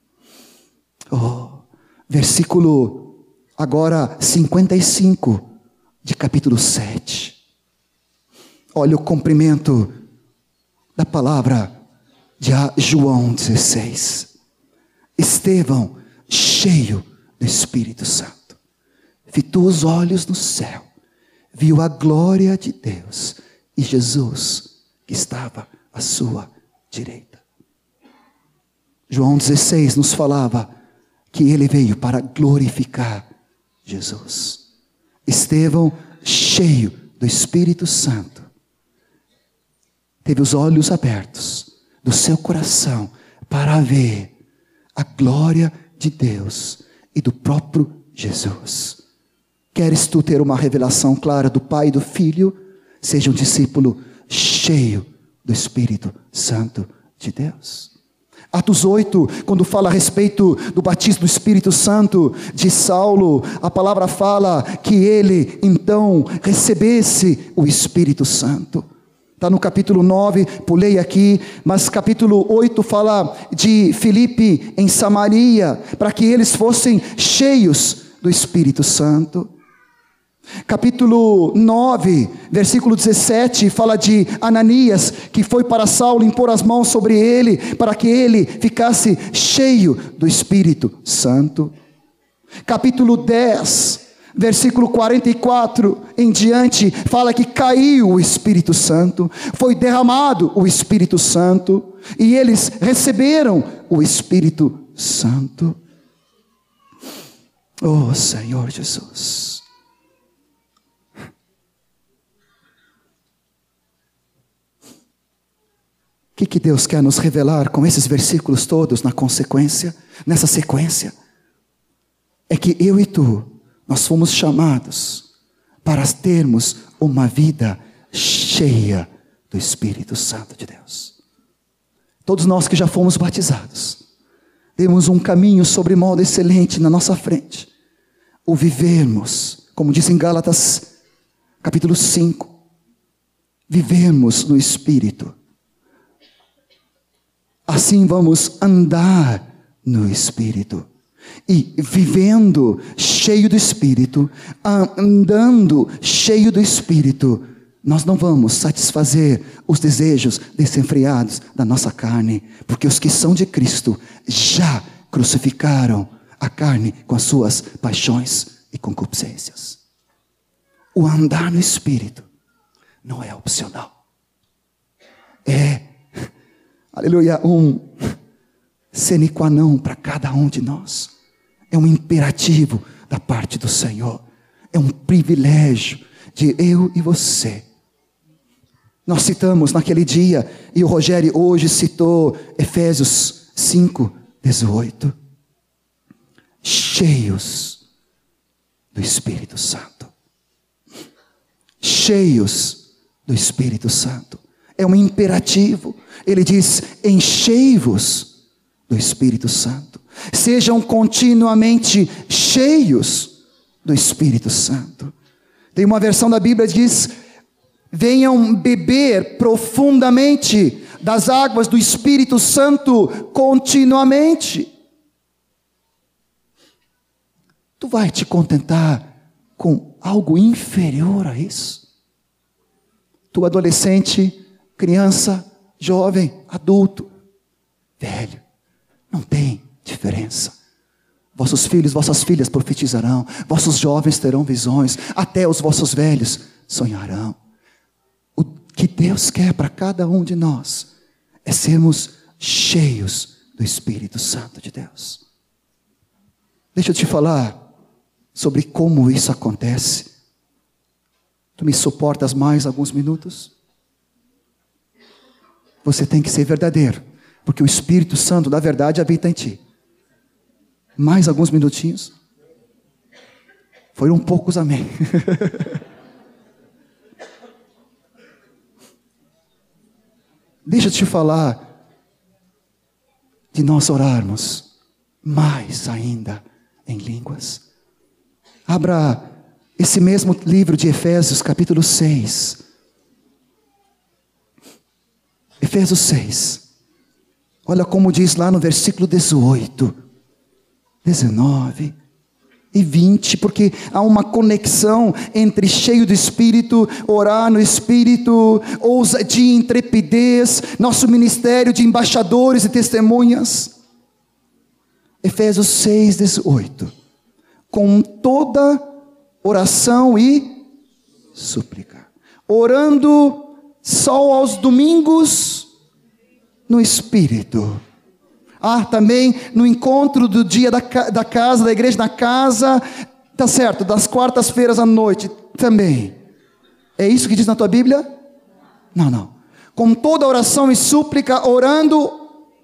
Versículo agora 55 de capítulo 7. Olha o cumprimento da palavra de João 16. Estevão, cheio do Espírito Santo, fitou os olhos no céu, viu a glória de Deus e Jesus que estava à sua direita. João 16 nos falava que ele veio para glorificar Jesus. Estevão, cheio do Espírito Santo, teve os olhos abertos do seu coração para ver a glória de Deus e do próprio Jesus. Queres tu ter uma revelação clara do Pai e do Filho? Seja um discípulo cheio do Espírito Santo de Deus. Atos 8, quando fala a respeito do batismo do Espírito Santo de Saulo, a palavra fala que ele então recebesse o Espírito Santo. Está no capítulo 9, pulei aqui, mas capítulo 8 fala de Filipe em Samaria, para que eles fossem cheios do Espírito Santo. Capítulo 9, versículo 17, fala de Ananias, que foi para Saulo impor as mãos sobre ele, para que ele ficasse cheio do Espírito Santo. Capítulo 10, versículo 44 em diante, fala que caiu o Espírito Santo, foi derramado o Espírito Santo, e eles receberam o Espírito Santo. Oh Senhor Jesus, o que Deus quer nos revelar com esses versículos todos nessa sequência? É que eu e tu, nós fomos chamados para termos uma vida cheia do Espírito Santo de Deus. Todos nós que já fomos batizados, temos um caminho sobre modo excelente na nossa frente. O vivermos, como diz em Gálatas, capítulo 5, vivemos no Espírito. Assim vamos andar no Espírito. E vivendo cheio do Espírito, andando cheio do Espírito, nós não vamos satisfazer os desejos desenfreados da nossa carne, porque os que são de Cristo já crucificaram a carne com as suas paixões e concupiscências. O andar no Espírito não é opcional. É, aleluia, um sine qua non para cada um de nós. É um imperativo da parte do Senhor. É um privilégio de eu e você. Nós citamos naquele dia, e o Rogério hoje citou Efésios 5:18. Cheios do Espírito Santo. Cheios do Espírito Santo. É um imperativo. Ele diz: enchei-vos do Espírito Santo. Sejam continuamente cheios do Espírito Santo. Tem uma versão da Bíblia que diz: venham beber profundamente das águas do Espírito Santo continuamente. Tu vai te contentar com algo inferior a isso? Tu adolescente, criança, jovem, adulto, velho, não tem diferença. Vossos filhos, vossas filhas profetizarão, vossos jovens terão visões, até os vossos velhos sonharão. O que Deus quer para cada um de nós é sermos cheios do Espírito Santo de Deus. Deixa eu te falar sobre como isso acontece. Tu me suportas mais alguns minutos? Você tem que ser verdadeiro, porque o Espírito Santo da verdade habita em ti. Mais alguns minutinhos? Foram poucos, amém. Deixa eu te falar de nós orarmos mais ainda em línguas. Abra esse mesmo livro de Efésios, capítulo 6. Efésios 6. Olha como diz lá no versículo 18, 19 e 20, porque há uma conexão entre cheio do Espírito, orar no Espírito, ousadia, intrepidez, nosso ministério de embaixadores e testemunhas. Efésios 6, 18. Com toda oração e súplica, orando só aos domingos no Espírito. Também no encontro do dia da casa, da igreja na casa, tá certo, das quartas-feiras à noite também. É isso que diz na tua Bíblia? Não. Com toda oração e súplica, orando.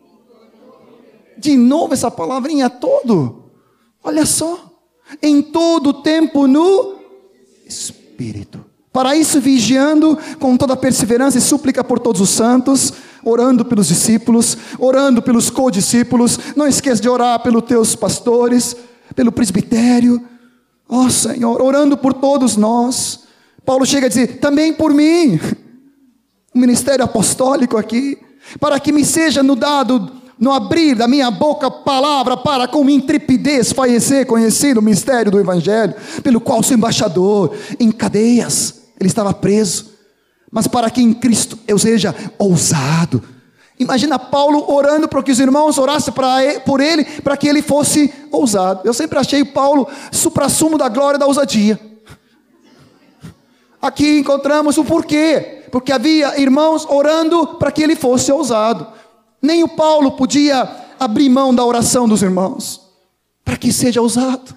De novo essa palavrinha todo. Olha só. Em todo o tempo no Espírito. Para isso vigiando com toda perseverança e súplica por todos os santos, orando pelos discípulos, orando pelos codiscípulos. Não esqueça de orar pelos teus pastores, pelo presbitério. Ó Senhor, orando por todos nós. Paulo chega a dizer, também por mim, o ministério apostólico aqui, para que me seja dado no abrir da minha boca palavra para com intrepidez conhecer o mistério do Evangelho, pelo qual sou embaixador, em cadeias, ele estava preso, mas para que em Cristo eu seja ousado. Imagina Paulo orando para que os irmãos orassem por ele, para que ele fosse ousado. Eu sempre achei Paulo suprassumo da glória e da ousadia. Aqui encontramos o porquê, porque havia irmãos orando para que ele fosse ousado. Nem o Paulo podia abrir mão da oração dos irmãos, para que seja ousado.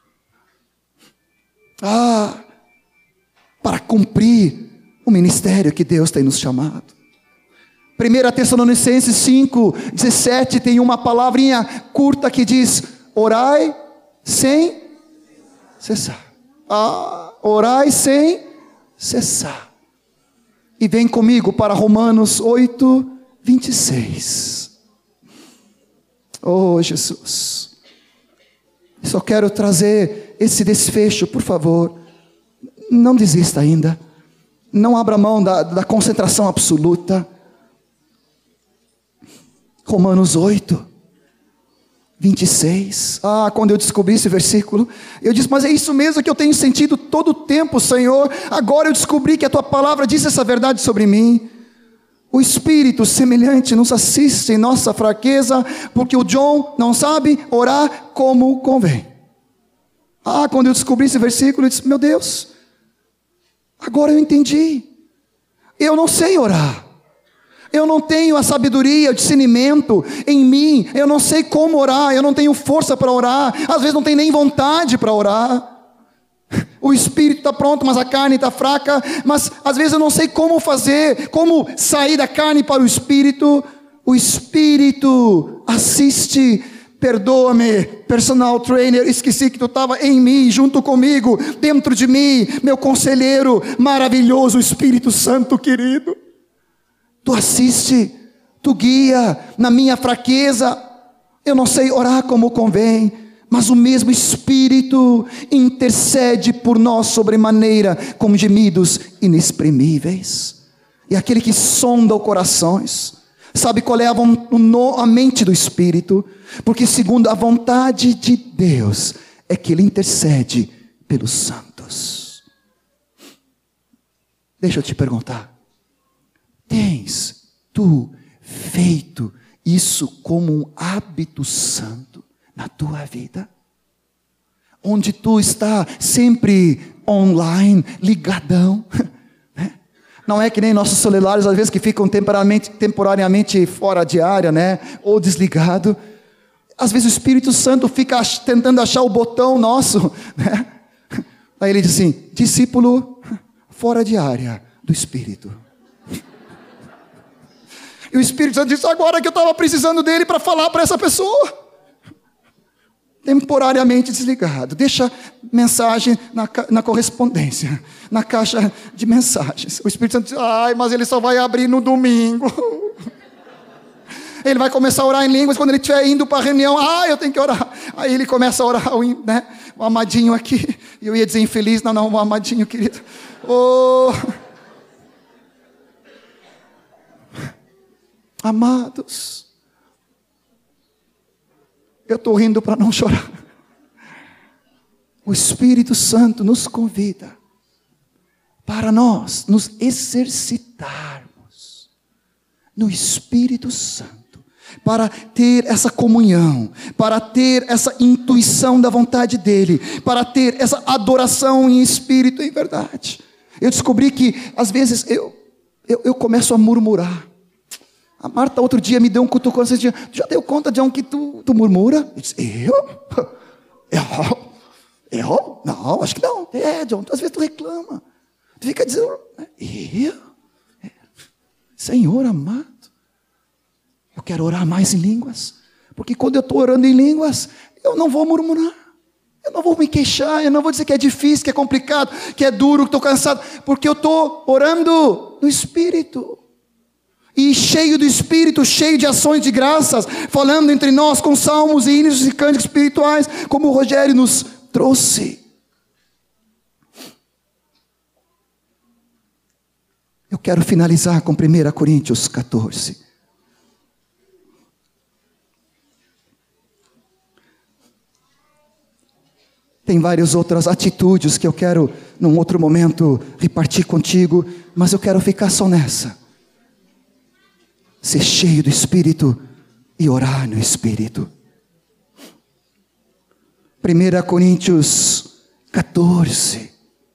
Para cumprir o ministério que Deus tem nos chamado. 1 Tessalonicenses 5:17 tem uma palavrinha curta que diz, orai sem cessar. Orai sem cessar. E vem comigo para Romanos 8:26. Oh Jesus, só quero trazer esse desfecho, por favor. Não desista ainda. Não abra mão da concentração absoluta. Romanos 8:26. Quando eu descobri esse versículo, eu disse, mas é isso mesmo que eu tenho sentido todo o tempo, Senhor. Agora eu descobri que a tua palavra diz essa verdade sobre mim. O Espírito semelhante nos assiste em nossa fraqueza, porque o John não sabe orar como convém. Quando eu descobri esse versículo, eu disse, meu Deus, agora eu entendi. Eu não sei orar. Eu não tenho a sabedoria, o discernimento em mim. Eu não sei como orar. Eu não tenho força para orar. Às vezes não tenho nem vontade para orar. O espírito está pronto, mas a carne está fraca. Mas às vezes eu não sei como fazer. Como sair da carne para o espírito. O espírito assiste. Perdoa-me, personal trainer, esqueci que tu estava em mim, junto comigo, dentro de mim, meu conselheiro maravilhoso, Espírito Santo querido. Tu assiste, tu guia na minha fraqueza. Eu não sei orar como convém, mas o mesmo Espírito intercede por nós sobremaneira, com gemidos inexprimíveis. E aquele que sonda os corações, sabe qual é a mente do Espírito? Porque segundo a vontade de Deus, é que Ele intercede pelos santos. Deixa eu te perguntar. Tens tu feito isso como um hábito santo na tua vida? Onde tu está sempre online, ligadão. Não é que nem nossos celulares, às vezes, que ficam temporariamente fora de área, né? Ou desligado. Às vezes o Espírito Santo fica tentando achar o botão nosso, né? Aí ele diz assim, discípulo fora de área do Espírito. E o Espírito Santo diz, agora que eu estava precisando dele para falar para essa pessoa. Temporariamente desligado. Deixa mensagem na correspondência, na caixa de mensagens. O Espírito Santo diz, mas ele só vai abrir no domingo. Ele vai começar a orar em línguas quando ele estiver indo para a reunião. Eu tenho que orar. Aí ele começa a orar, né? O amadinho aqui. Eu ia dizer infeliz, não, o amadinho querido. Amados, eu estou rindo para não chorar. O Espírito Santo nos convida para nós nos exercitarmos no Espírito Santo, para ter essa comunhão, para ter essa intuição da vontade dEle, para ter essa adoração em espírito e em verdade. Eu descobri que às vezes eu começo a murmurar. A Marta outro dia me deu um cutucão, tu já deu conta de que tu murmura? Eu disse, eu? Não, acho que não. John, às vezes tu reclama. Tu fica dizendo, Senhor amado, eu quero orar mais em línguas. Porque quando eu estou orando em línguas, eu não vou murmurar. Eu não vou me queixar, eu não vou dizer que é difícil, que é complicado, que é duro, que estou cansado. Porque eu estou orando no Espírito. E cheio do Espírito, cheio de ações de graças, falando entre nós com salmos e hinos e cânticos espirituais, como o Rogério nos trouxe. Eu quero finalizar com 1 Coríntios 14. Tem várias outras atitudes que eu quero, num outro momento, repartir contigo, mas eu quero ficar só nessa. Ser cheio do Espírito e orar no Espírito. 1 Coríntios 14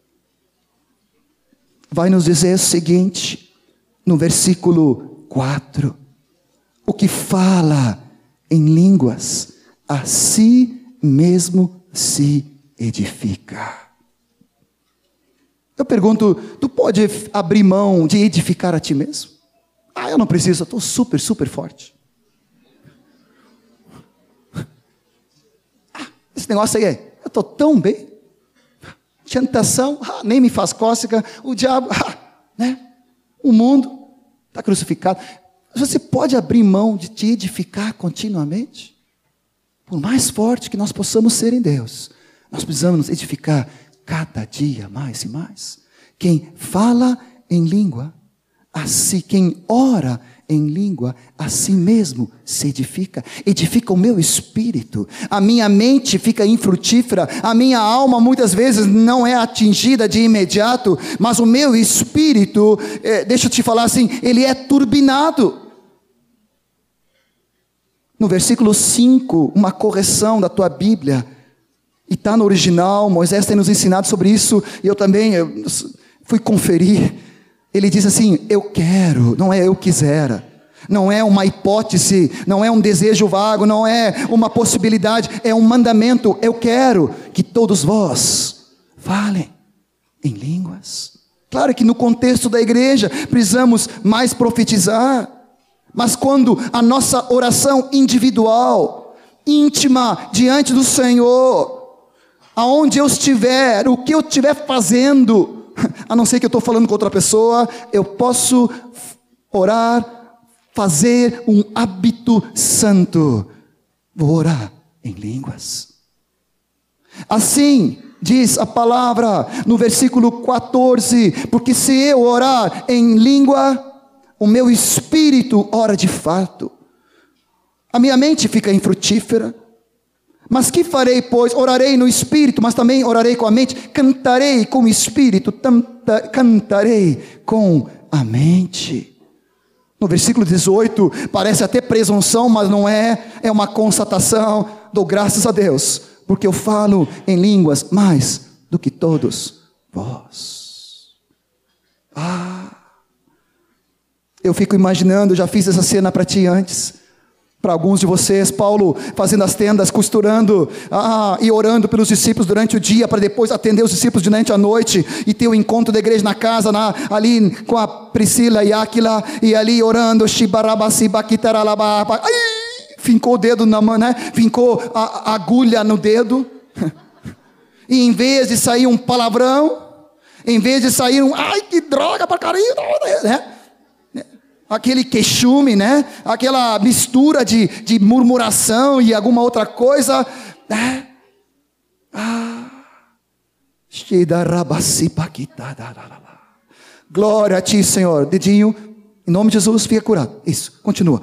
vai nos dizer o seguinte, no versículo 4: o que fala em línguas, a si mesmo se edifica. Eu pergunto, tu pode abrir mão de edificar a ti mesmo? Eu não preciso, eu estou super forte. Esse negócio aí eu estou tão bem. Tentação, nem me faz cócega. O diabo, né? O mundo está crucificado. Você pode abrir mão de te edificar continuamente? Por mais forte que nós possamos ser em Deus, nós precisamos nos edificar cada dia mais e mais. Quem fala em língua, assim, quem ora em língua, a si mesmo se edifica. Edifica o meu espírito. A minha mente fica infrutífera. A minha alma muitas vezes não é atingida de imediato. Mas o meu espírito, deixa eu te falar assim, ele é turbinado. No versículo 5, uma correção da tua Bíblia. E está no original, Moisés tem nos ensinado sobre isso, e eu também fui conferir. Ele diz assim: eu quero, não é eu quisera. Não é uma hipótese, não é um desejo vago, não é uma possibilidade, é um mandamento. Eu quero que todos vós falem em línguas. Claro que no contexto da igreja precisamos mais profetizar, mas quando a nossa oração individual, íntima, diante do Senhor, aonde eu estiver, o que eu estiver fazendo, a não ser que eu estou falando com outra pessoa, eu posso orar, fazer um hábito santo. Vou orar em línguas. Assim diz a palavra no versículo 14: porque se eu orar em língua, o meu espírito ora de fato, a minha mente fica infrutífera. Mas que farei, pois? Orarei no espírito, mas também orarei com a mente. Cantarei com o espírito, cantarei com a mente. No versículo 18, parece até presunção, mas não é. É uma constatação. Dou graças a Deus, porque eu falo em línguas mais do que todos vós. Eu fico imaginando, já fiz essa cena para ti antes. Para alguns de vocês, Paulo fazendo as tendas, costurando, e orando pelos discípulos durante o dia, para depois atender os discípulos durante a noite, e ter o encontro da igreja na casa, ali com a Priscila e Áquila, e ali orando, fincou o dedo na mão, né? Fincou a agulha no dedo, e em vez de sair um palavrão, em vez de sair ai que droga para carinho, né? Aquele queixume, né? Aquela mistura de murmuração e alguma outra coisa, né? Glória a ti, Senhor. Dedinho, em nome de Jesus, fica curado. Isso, continua.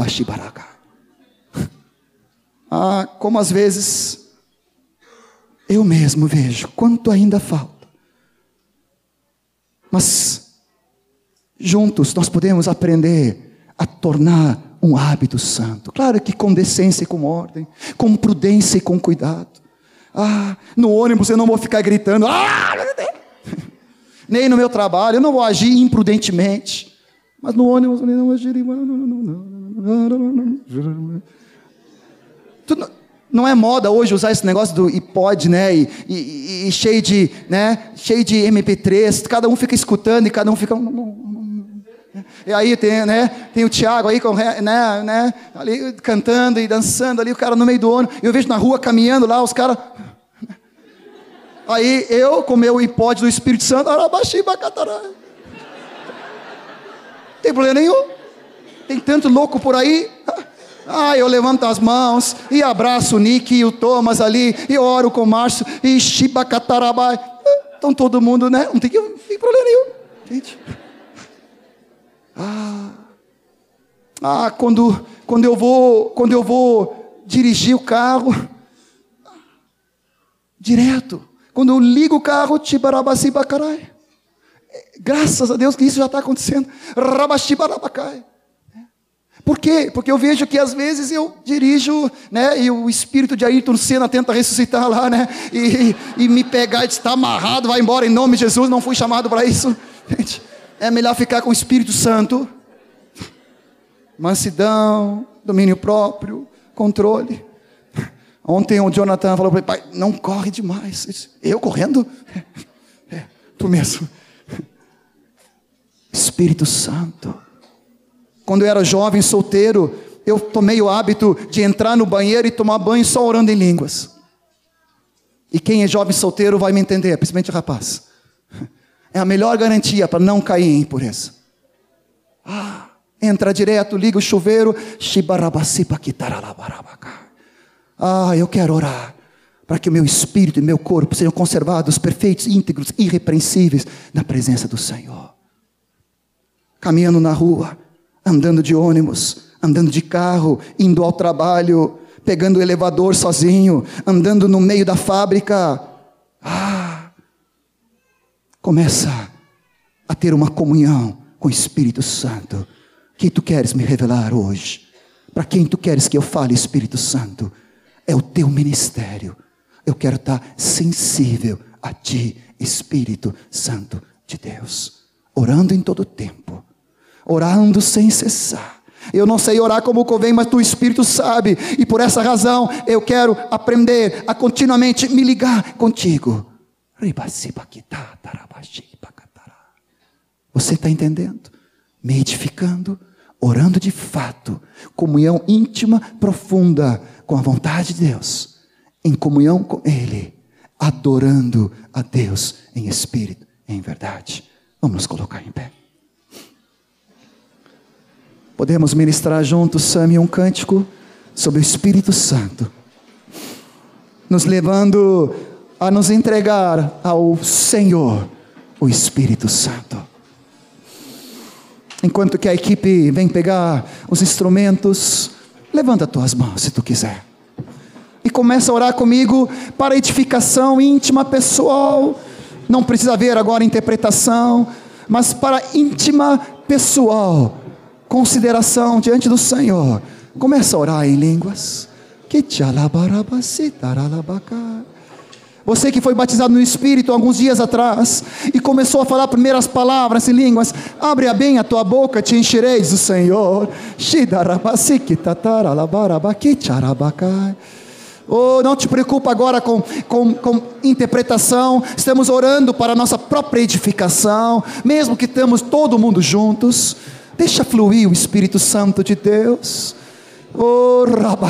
Como às vezes eu mesmo vejo quanto ainda falta. Mas juntos nós podemos aprender a tornar um hábito santo. Claro que com decência e com ordem, com prudência e com cuidado. No ônibus eu não vou ficar gritando. Nem no meu trabalho eu não vou agir imprudentemente. Mas no ônibus eu não vou agir. Não é moda hoje usar esse negócio do iPod, né? E cheio de, né? Cheio de MP3. Cada um fica escutando e cada um fica. E aí tem o Tiago aí, né, ali cantando e dançando ali, o cara no meio do ônibus. Eu vejo na rua caminhando lá, os caras. Aí eu, com o meu iPod do Espírito Santo, tem problema nenhum. Tem tanto louco por aí. Eu levanto as mãos e abraço o Nick e o Thomas ali, e oro com o Márcio, e Shibacatarabai. Então todo mundo, né? Não tem problema nenhum. Gente. Quando eu vou dirigir o carro, direto, quando eu ligo o carro, Tibarabacibacarai, graças a Deus que isso já está acontecendo. Rabachibarabacarai. Por quê? Porque eu vejo que às vezes eu dirijo, né, e o espírito de Ayrton Senna tenta ressuscitar lá, né, e me pegar e está amarrado, vai embora em nome de Jesus, não fui chamado para isso. Gente, é melhor ficar com o Espírito Santo. Mansidão, domínio próprio, controle. Ontem o Jonathan falou para ele: pai, não corre demais. Eu disse: eu correndo? Tu mesmo. Espírito Santo. Quando eu era jovem, solteiro, eu tomei o hábito de entrar no banheiro e tomar banho só orando em línguas. E quem é jovem solteiro vai me entender, principalmente rapaz. É a melhor garantia para não cair em impureza. Entra direto, liga o chuveiro. Eu quero orar para que o meu espírito e meu corpo sejam conservados perfeitos, íntegros, irrepreensíveis na presença do Senhor. Caminhando na rua, andando de ônibus, andando de carro, indo ao trabalho, pegando o elevador sozinho, andando no meio da fábrica. Começa a ter uma comunhão com o Espírito Santo. Quem tu queres me revelar hoje? Para quem tu queres que eu fale, Espírito Santo? É o teu ministério. Eu quero estar sensível a Ti, Espírito Santo de Deus. Orando em todo tempo. Orando sem cessar. Eu não sei orar como convém, mas tu Espírito sabe. E por essa razão eu quero aprender a continuamente me ligar contigo. Você está entendendo? Me edificando, orando de fato. Comunhão íntima, profunda com a vontade de Deus. Em comunhão com Ele. Adorando a Deus em espírito e em verdade. Vamos nos colocar em pé. Podemos ministrar juntos, Sami, um cântico sobre o Espírito Santo, nos levando a nos entregar ao Senhor, o Espírito Santo. Enquanto que a equipe vem pegar os instrumentos, levanta tuas mãos se tu quiser. E começa a orar comigo para edificação íntima, pessoal. Não precisa haver agora interpretação, mas para íntima, pessoal. Consideração diante do Senhor. Começa a orar em línguas. Você que foi batizado no Espírito alguns dias atrás e começou a falar primeiras palavras em línguas, abre bem a tua boca, te enchereis do Senhor. Oh, não te preocupa agora com interpretação. Estamos orando para a nossa própria edificação, mesmo que estamos todo mundo juntos. Deixa fluir o Espírito Santo de Deus. Oh,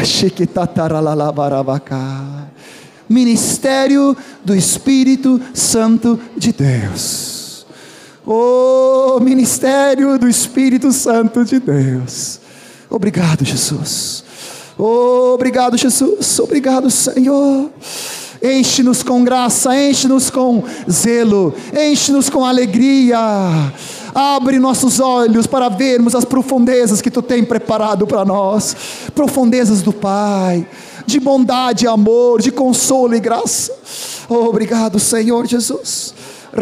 ministério do Espírito Santo de Deus. Oh, ministério do Espírito Santo de Deus. Obrigado, Jesus. Oh, obrigado, Jesus. Obrigado, Senhor. Enche-nos com graça, enche-nos com zelo, enche-nos com alegria. Abre nossos olhos para vermos as profundezas que Tu tem preparado para nós. Profundezas do Pai, de bondade e amor, de consolo e graça. Oh, obrigado, Senhor Jesus.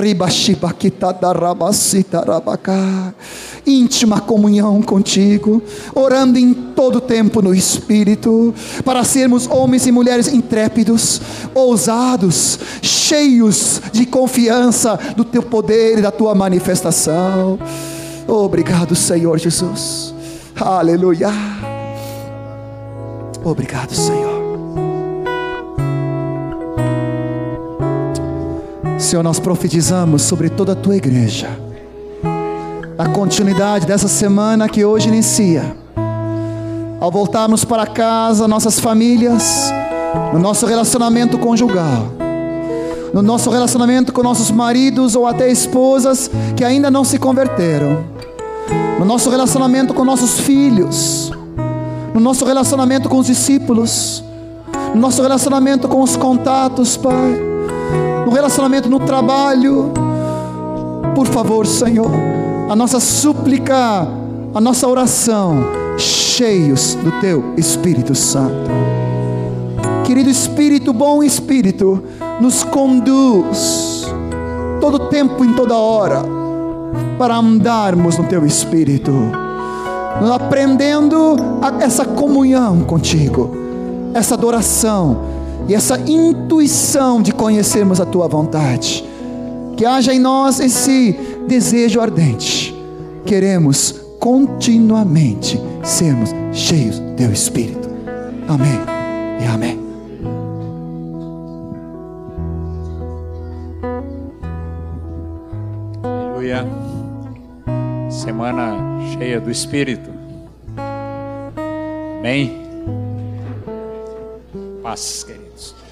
Íntima comunhão contigo, orando em todo tempo no Espírito, para sermos homens e mulheres intrépidos, ousados, cheios de confiança do Teu poder e da Tua manifestação. Obrigado, Senhor Jesus. Aleluia. Obrigado, Senhor. Senhor, nós profetizamos sobre toda a Tua igreja, a continuidade dessa semana que hoje inicia. Ao voltarmos para casa, nossas famílias, no nosso relacionamento conjugal, no nosso relacionamento com nossos maridos ou até esposas que ainda não se converteram, no nosso relacionamento com nossos filhos, no nosso relacionamento com os discípulos, no nosso relacionamento com os contatos, Pai, no relacionamento no trabalho. Por favor, Senhor, a nossa súplica, a nossa oração, cheios do Teu Espírito Santo. Querido Espírito, bom Espírito, nos conduz todo tempo, em toda hora, para andarmos no Teu Espírito, aprendendo essa comunhão contigo, essa adoração e essa intuição de conhecermos a Tua vontade. Que haja em nós esse desejo ardente. Queremos continuamente sermos cheios do Teu Espírito. Amém e amém. Aleluia. Semana cheia do Espírito. Amém. Paz, queridos.